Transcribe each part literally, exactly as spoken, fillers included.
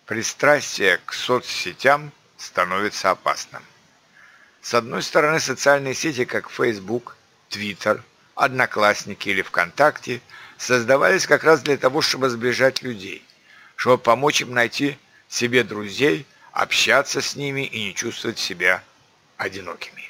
Пристрастие к соцсетям становится опасным. С одной стороны, социальные сети, как Facebook, Twitter, Одноклассники или ВКонтакте, создавались как раз для того, чтобы сближать людей, чтобы помочь им найти себе друзей, общаться с ними и не чувствовать себя одинокими.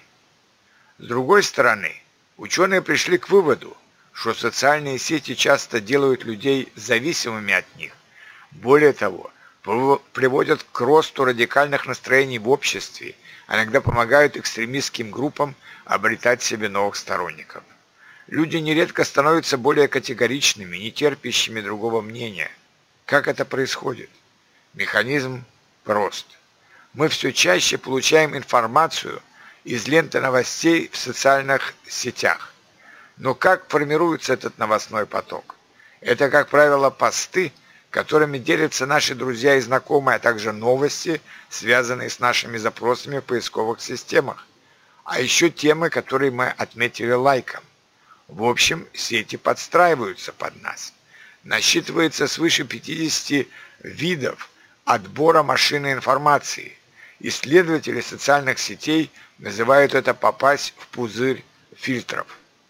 С другой стороны, ученые пришли к выводу, что социальные сети часто делают людей зависимыми от них. Более того, приводят к росту радикальных настроений в обществе, а иногда помогают экстремистским группам обретать себе новых сторонников. Люди нередко становятся более категоричными, не терпящими другого мнения. Как это происходит? Механизм прост. Мы все чаще получаем информацию из ленты новостей в социальных сетях. Но как формируется этот новостной поток? Это, как правило, посты, которыми делятся наши друзья и знакомые, а также новости, связанные с нашими запросами в поисковых системах. А еще темы, которые мы отметили лайком. В общем, сети подстраиваются под нас. Насчитывается свыше пятидесяти видов отбора машинной информации. Исследователи социальных сетей называют это попасть в пузырь фильтров.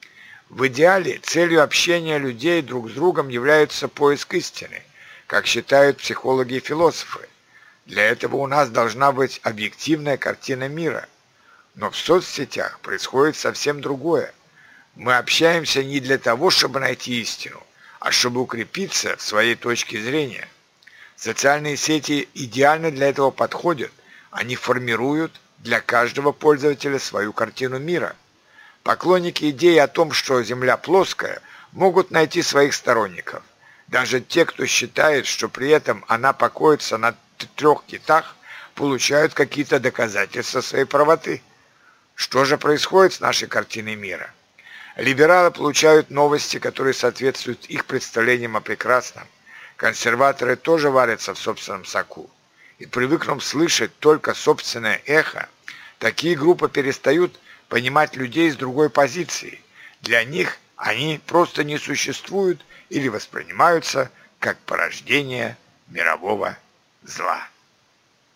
В идеале целью общения людей друг с другом является поиск истины, как считают психологи и философы. Для этого у нас должна быть объективная картина мира. Но в соцсетях происходит совсем другое. Мы общаемся не для того, чтобы найти истину, а чтобы укрепиться в своей точке зрения. Социальные сети идеально для этого подходят. Они формируют для каждого пользователя свою картину мира. Поклонники идеи о том, что Земля плоская, могут найти своих сторонников. Даже те, кто считает, что при этом она покоится на трех китах, получают какие-то доказательства своей правоты. Что же происходит с нашей картиной мира? Либералы получают новости, которые соответствуют их представлениям о прекрасном. Консерваторы тоже варятся в собственном соку. И привыкнув слышать только собственное эхо, такие группы перестают понимать людей с другой позиции. Для них они просто не существуют или воспринимаются как порождение мирового зла.